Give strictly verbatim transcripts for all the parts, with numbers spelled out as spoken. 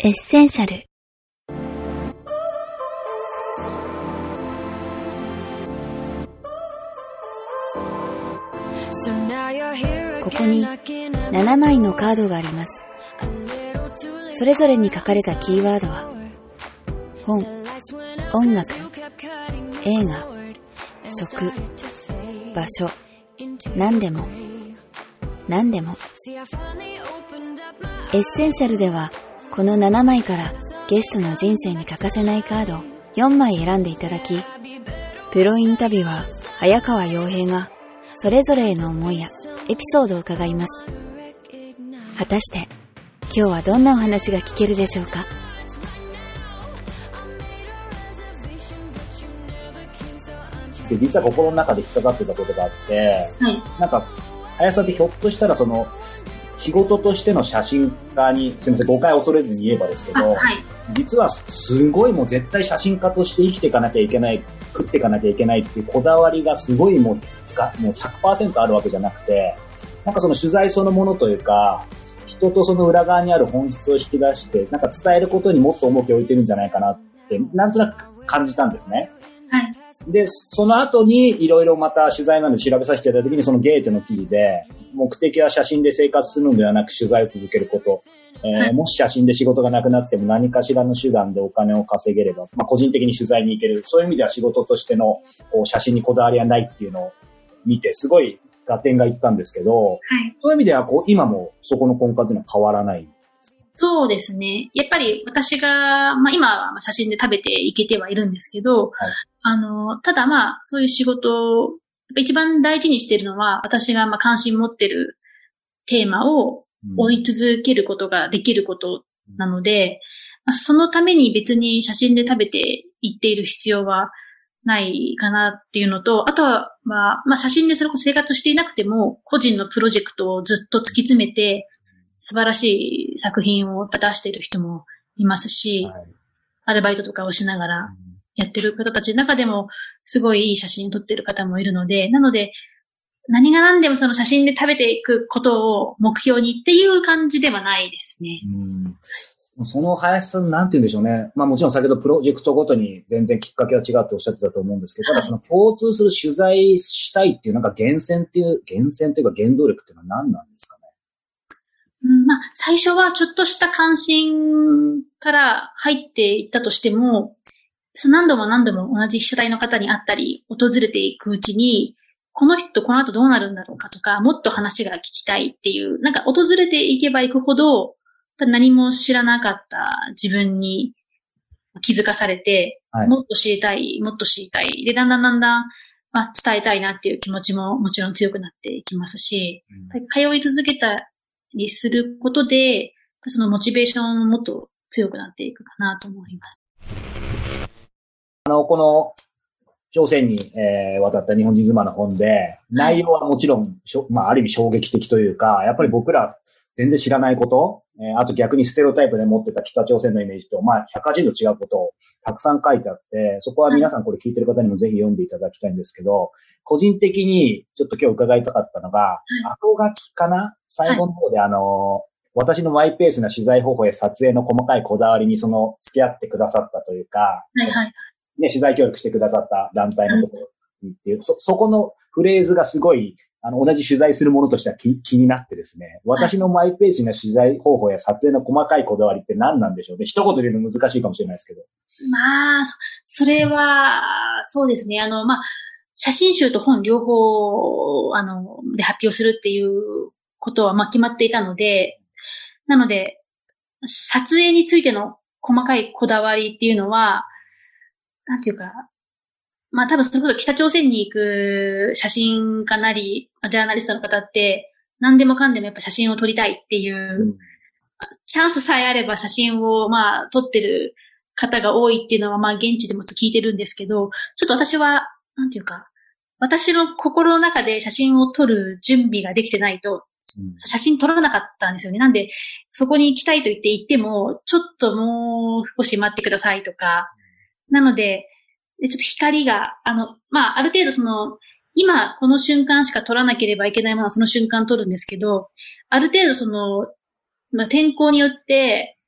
エッセンシャル。ここにななまいのカードがあります。それぞれに書かれたキーワードは本、音楽、映画、食、場所、何でも何でも。エッセンシャルではこのななまいからゲストの人生に欠かせないカードをよんまい選んでいただき、プロインタビュアー早川洋平がそれぞれへの思いやエピソードを伺います。果たして今日はどんなお話が聞けるでしょうか。 実は心の中で引っかかってたことがあって、はい、なんか林さんってひょっとしたらその仕事としての写真家に、すみません誤解を恐れずに言えばですけど、はい、実はすごいもう絶対写真家として生きていかなきゃいけない、食っていかなきゃいけないっていうこだわりがすごいもうがもう ひゃくパーセント あるわけじゃなくて、なんかその取材そのものというか、人とその裏側にある本質を引き出して、なんか伝えることにもっと重きを置いてるんじゃないかなって、なんとなく感じたんですね。 はい。 で、その後にいろいろまた取材なので調べさせていただいたときに、そのゲーテの記事で、目的は写真で生活するのではなく取材を続けること。えーはい、もし写真で仕事がなくなっても何かしらの手段でお金を稼げれば、まあ個人的に取材に行ける。そういう意味では仕事としてのこう写真にこだわりはないっていうのを見て、すごい合点がいったんですけど、はい、そういう意味ではこう今もそこの根幹というのは変わらない。 そうですね。やっぱり私が、まあ今は写真で食べていけてはいるんですけど、はい、あの、ただまあそういう仕事を一番大事にしているのは、私がまあ関心持ってるテーマを追い続けることができることなので、うんまあ、そのために別に写真で食べていっている必要はないかなっていうのと、あとはまあ、まあ写真でそれこそ生活していなくても、個人のプロジェクトをずっと突き詰めて、素晴らしい作品を出している人もいますし、はい、アルバイトとかをしながらやってる方たちの中でもすごいいい写真を撮っている方もいるので、なので何が何でもその写真で食べていくことを目標にっていう感じではないですね。 うん、その林さんなんて言うんでしょうね。まあもちろん先ほどプロジェクトごとに全然きっかけは違うっておっしゃってたと思うんですけど、ただその共通する取材したいっていうなんか源泉っていう、源泉というか原動力っていうのは何なんですかね。 うん、まあ、最初はちょっとした関心から入っていったとしても、何度も何度も同じ被写体の方に会ったり、訪れていくうちに、この人とこの後どうなるんだろうかとか、もっと話が聞きたいっていう、なんか訪れていけばいくほど、何も知らなかった自分に気づかされて、はい、もっと知りたい、もっと知りたい。で、だんだんだんだん、まあ、伝えたいなっていう気持ちももちろん強くなっていきますし、うん、通い続けたにすることで、そのモチベーションももっと強くなっていくかなと思います。 あの、この、朝鮮に、えー、渡った日本人妻の本で、内容はもちろん、まあ、ある意味衝撃的というか、やっぱり僕ら全然知らないこと、えー、あと逆にステレオタイプで持ってた北朝鮮のイメージと、まあ、ひゃくはちじゅうど違うことをたくさん書いてあって、そこは皆さんこれ聞いてる方にもぜひ読んでいただきたいんですけど、個人的にちょっと今日伺いたかったのが、後書きかな最後の方であの、私のマイペースな取材方法や撮影の細かいこだわりにその付き合ってくださったというか、はいはいね、取材協力してくださった団体のところにっていう、そ、そこのフレーズがすごい、あの、同じ取材するものとしては気、気になってですね、私のマイペースな取材方法や撮影の細かいこだわりって何なんでしょうね。一言で言うの難しいかもしれないですけど。 まあ、それは、そうですね。あの、まあ、写真集と本両方、あの、で発表するっていうことは、まあ、決まっていたので、なので、撮影についての細かいこだわりっていうのは、なんていうか、まあ多分それこそ北朝鮮に行く写真家なり、ジャーナリストの方って、何でもかんでもやっぱ写真を撮りたいっていう、うん、チャンスさえあれば写真をまあ撮ってる方が多いっていうのはまあ現地でも聞いてるんですけど、ちょっと私は、なんていうか、私の心の中で写真を撮る準備ができてないと、写真撮らなかったんですよね。なんで、そこに行きたいと言って行っても、ちょっともう少し待ってくださいとか、なので、ちょっと光が、あの、まあ、ある程度その、今この瞬間しか撮らなければいけないものはその瞬間撮るんですけど、ある程度その、まあ、天候によって、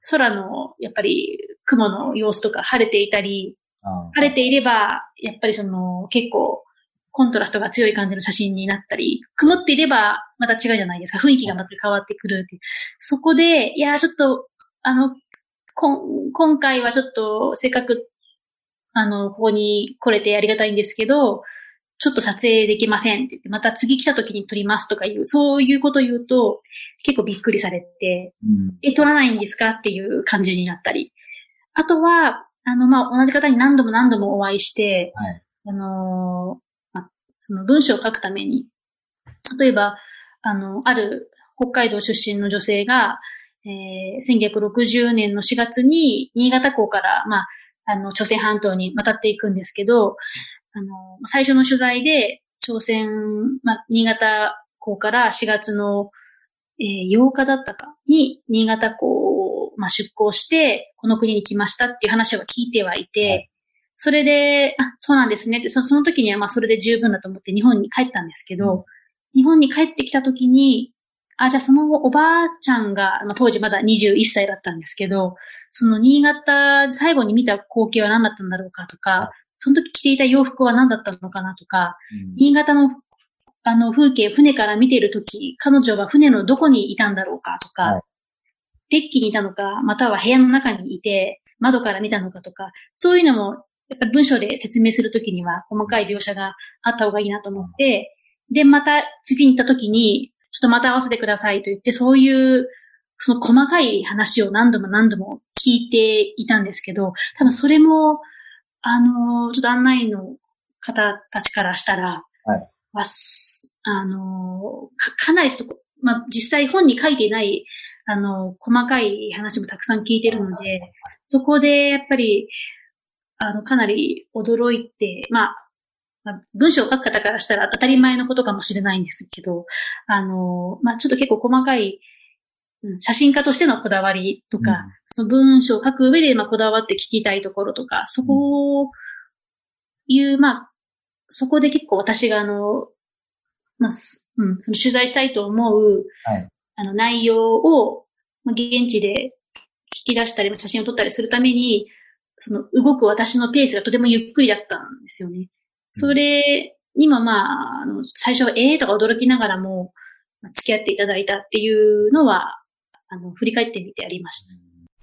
空の、やっぱり雲の様子とか晴れていたり、 あ晴れていれば、やっぱりその、結構、コントラストが強い感じの写真になったり、曇っていれば、また違うじゃないですか。雰囲気がまた変わってくるっていう。そこで、いや、ちょっと、あの、こん今回はちょっと、せっかく、あの、ここに来れてありがたいんですけど、ちょっと撮影できませんって言って、また次来た時に撮りますとかいう、そういうことを言うと、結構びっくりされて、 うん、 え、撮らないんですかっていう感じになったり。あとは、あの、まあ、同じ方に何度も何度もお会いして、 はい、 あの、まあ、その文章を書くために、例えば、あの、ある北海道出身の女性が、えー、せんきゅうひゃくろくじゅうねんのしがつに新潟港から、まあ、あの、朝鮮半島に渡っていくんですけど、あの、最初の取材で、朝鮮、まあ、新潟港からしがつの、えー、ようかだったかに、新潟港を、まあ、出港して、この国に来ましたっていう話は聞いてはいて、はい、それで、あ、そうなんですねって、そ, その時にはまあそれで十分だと思って日本に帰ったんですけど、うん、日本に帰ってきた時に、あ、じゃあそのおばあちゃんが、まあ、当時まだにじゅういっさいだったんですけど、その新潟最後に見た光景は何だったんだろうかとか、その時着ていた洋服は何だったのかなとか、うん、新潟のあの風景、船から見ている時、彼女は船のどこにいたんだろうかとか、はい、デッキにいたのか、または部屋の中にいて、窓から見たのかとか、そういうのも、やっぱり文章で説明するときには細かい描写があった方がいいなと思って、で、また次に行ったときに、ちょっとまた合わせてくださいと言って、そういう、その細かい話を何度も何度も聞いていたんですけど、多分それも、あの、ちょっと案内の方たちからしたら、 はい、 はあのか、かなりちょっと、まあ、実際本に書いていない、あの、細かい話もたくさん聞いてるので、そこでやっぱり、あの、かなり驚いて、まあ、まあ、文章を書く方からしたら当たり前のことかもしれないんですけど、あの、まあ、ちょっと結構細かい、写真家としてのこだわりとか、うん、その文章を書く上で、まあ、こだわって聞きたいところとか、そこをいう、まあ、そこで結構私があの、まあ、うん、その取材したいと思う、はい、あの内容を、まあ、現地で聞き出したり、写真を撮ったりするために、その動く私のペースがとてもゆっくりだったんですよね。それにもまあ、あの最初はええとか驚きながらも、付き合っていただいたっていうのは、あの、振り返ってみてありました。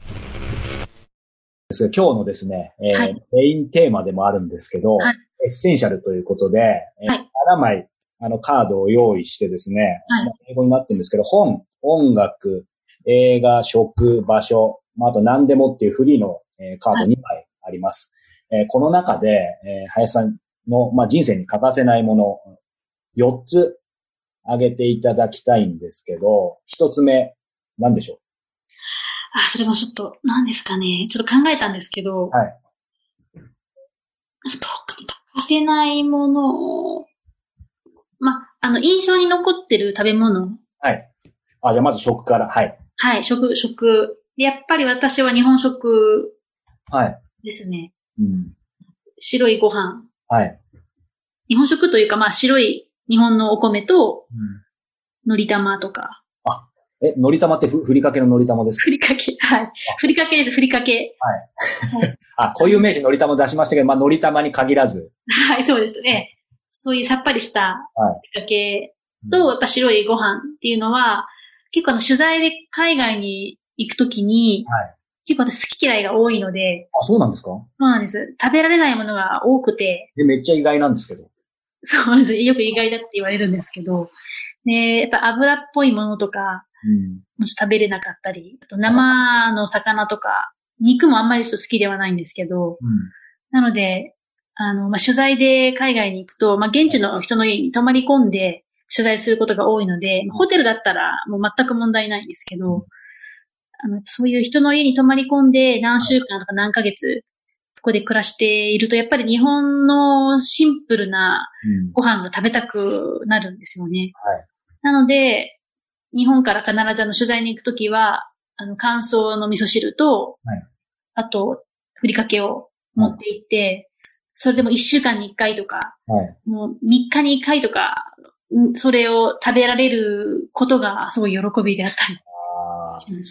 今日のですね、えーはい、メインテーマでもあるんですけど、はい、エッセンシャルということで、はい、ななまいあのカードを用意してですね、はい、英語になってるんですけど、本、音楽、映画、食、場所、まあ、あと何でもっていうフリーの、えー、カードにまいあります。はい、えー、この中で、えー、林さんの、まあ、人生に欠かせないもの、よっつ挙げていただきたいんですけど、ひとつめ、何でしょう？ あ、それもちょっと、何ですかね。ちょっと考えたんですけど、はい。特に欠かせないものを、ま、あの、印象に残ってる食べ物。 はい。あ、じゃあまず食から、はい。 はい、食、食。やっぱり私は日本食。 はい。 ですね。 うん。 白いご飯。 はい。 日本食というか、まあ、白い日本のお米と、うん、のり玉とか。 あ、え、のり玉ってふ、ふりかけののり玉ですか？ ふりかけ、はい。ふりかけです、ふりかけ。 はい。はい、あ、こういう名詞のり玉出しましたけど、まあ、のり玉に限らず。 はい、そうですね。そういうさっぱりしたふりかけと、やっぱ白いご飯っていうのは、結構あの、取材で海外に行くときに、はい、結構私好き嫌いが多いので。 あ、そうなんですか？ そうなんです。食べられないものが多くて。 で、めっちゃ意外なんですけど。 そうなんです。よく意外だって言われるんですけど。で、やっぱ油っぽいものとか、うん、もし食べれなかったり、あと生の魚とか、肉もあんまり好きではないんですけど、うん、なので、あの、まあ、取材で海外に行くと、まあ、現地の人の家に泊まり込んで取材することが多いので、ホテルだったらもう全く問題ないんですけど、うん、あの、そういう人の家に泊まり込んで何週間とか何ヶ月、そこで暮らしていると、やっぱり日本のシンプルなご飯が食べたくなるんですよね。 うんはい、 なので、日本から必ずあの取材に行くときは、あの乾燥の味噌汁と、はい、あと、ふりかけを持って行って、はい、それでもいっしゅうかんにいっかいとか、はい、もうみっかにいっかいとか、それを食べられることがすごい喜びであったりします。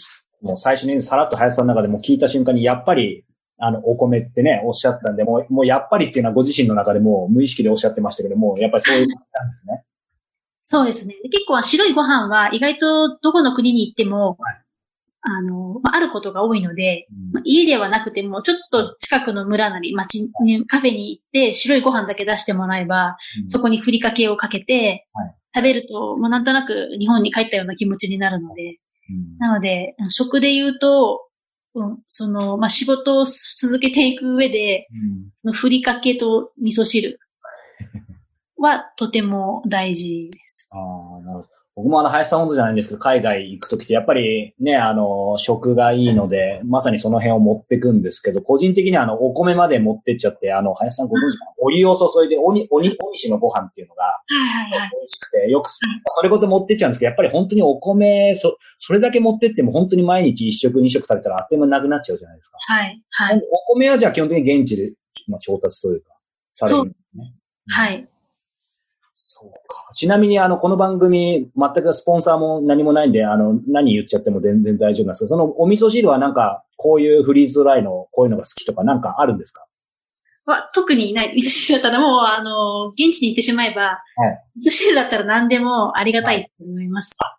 もう最初にさらっと林さんの中でも聞いた瞬間に、やっぱり、あの、お米ってね、おっしゃったんで、もう、もうやっぱりっていうのはご自身の中でも無意識でおっしゃってましたけども、やっぱりそういう感じなんですね。 そうですね。結構白いご飯は意外とどこの国に行っても、はい、あの、まあ、あることが多いので、うんまあ、家ではなくても、ちょっと近くの村なり町に、カフェに行って白いご飯だけ出してもらえば、うん、そこにふりかけをかけて、はい、食べると、もうなんとなく日本に帰ったような気持ちになるので、うん、なので、食で言うと、うん、その、まあ、仕事を続けていく上で、うん、ふりかけと味噌汁はとても大事です。 ああ、なるほど。僕もあの、林さんほどじゃないんですけど、海外行くときってやっぱりね、あの、食がいいので、まさにその辺を持ってくんですけど、個人的にはあの、お米まで持ってっちゃって、あの、林さんご存知かな、お湯を注いで、おに、おに、おにしのご飯っていうのが、美味しくて、よく、それごと持ってっちゃうんですけど、やっぱり本当にお米、そ、それだけ持ってっても本当に毎日一食二食食べたらあっという間になくなっちゃうじゃないですか。 はい、はい。 お米はじゃあ基本的に現地で、まあ、調達というか、されるんですね。 はい。 そうか。ちなみに、あの、この番組、全くスポンサーも何もないんで、あの、何言っちゃっても全然大丈夫なんですけど、そのお味噌汁はなんか、こういうフリーズドライの、こういうのが好きとかなんかあるんですか？ は、特にない。味噌汁だったらもう、あの、現地に行ってしまえば、はい、味噌汁だったら何でもありがたいと思います。はい、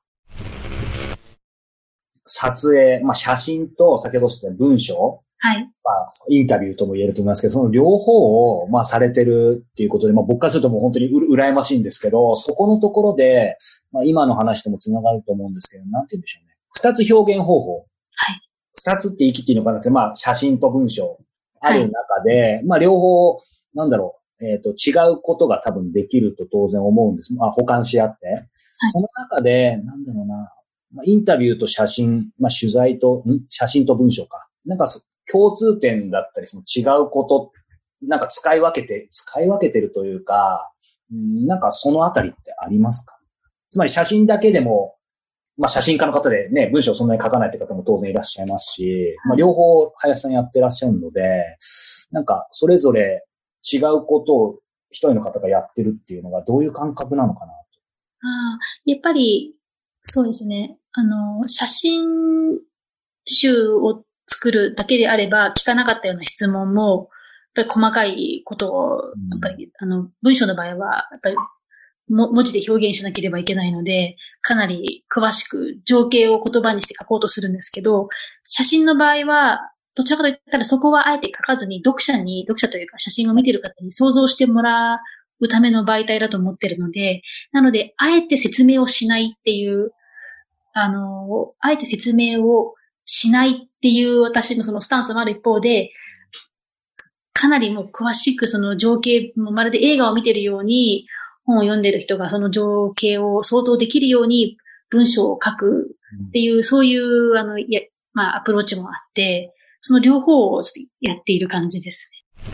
撮影、まあ、写真と、先ほどおっしゃった文章。 はい。 まあ、インタビューとも言えると思いますけど、その両方を、まあ、されてるっていうことで、まあ、僕からするともう本当にう羨ましいんですけど、そこのところで、まあ、今の話ともつながると思うんですけど、なんて言うんでしょうね。二つ表現方法。 はい。 二つって言い切っていいのかなって、まあ、写真と文章ある中で、はい、まあ、両方、なんだろう、えっと、違うことが多分できると当然思うんです。まあ、補完し合って。はい、その中で、なんだろうな、まあ、インタビューと写真、まあ、取材と、ん写真と文章か。なんか、共通点だったり、その違うこと、なんか使い分けて、使い分けてるというか、なんかそのあたりってありますか？つまり写真だけでも、まあ写真家の方でね、文章をそんなに書かないって方も当然いらっしゃいますし、まあ両方林さんやってらっしゃるので、なんかそれぞれ違うことを一人の方がやってるっていうのがどういう感覚なのかなと。 ああ、やっぱり、そうですね。あの、写真集を作るだけであれば、聞かなかったような質問も、やっぱり細かいことを、やっぱり、あの、文章の場合は、やっぱり、も、文字で表現しなければいけないので、かなり詳しく情景を言葉にして書こうとするんですけど、写真の場合は、どちらかといったらそこはあえて書かずに、読者に、読者というか写真を見ている方に想像してもらうための媒体だと思っているので、なので、あえて説明をしないっていう、あの、あえて説明をしないっていう私のそのスタンスもある一方で、かなりもう詳しくその情景、まるで映画を見ているように、本を読んでいる人がその情景を想像できるように文章を書くっていう、そういう、あの、いや、まあ、アプローチもあって、その両方をちょっとやっている感じです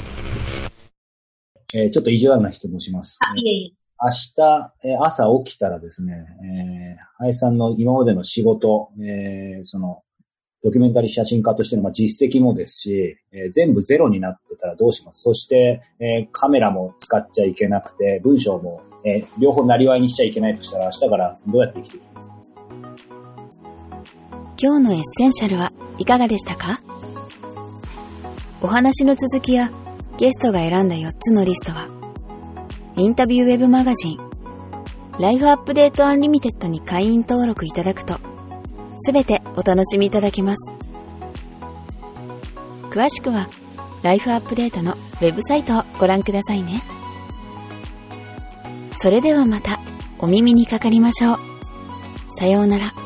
ね。えー、ちょっと意地悪な質問します。 あ、いえいえ。 明日、えー、朝起きたらですね、えー、林さんの今までの仕事、えー、その、ドキュメンタリー写真家としてのまあ実績もですし、えー、全部ゼロになってたらどうします？そして、えー、カメラも使っちゃいけなくて、文章も、えー、両方なりわいにしちゃいけないとしたら、明日からどうやって生きていきますか？ 今日のエッセンシャルはいかがでしたか？お話の続きやゲストが選んだよっつのリストは、インタビューウェブマガジン、ライフアップデートアンリミテッドに会員登録いただくと、すべてお楽しみいただけます。詳しくはライフアップデートのウェブサイトをご覧くださいね。それではまたお耳にかかりましょう。さようなら。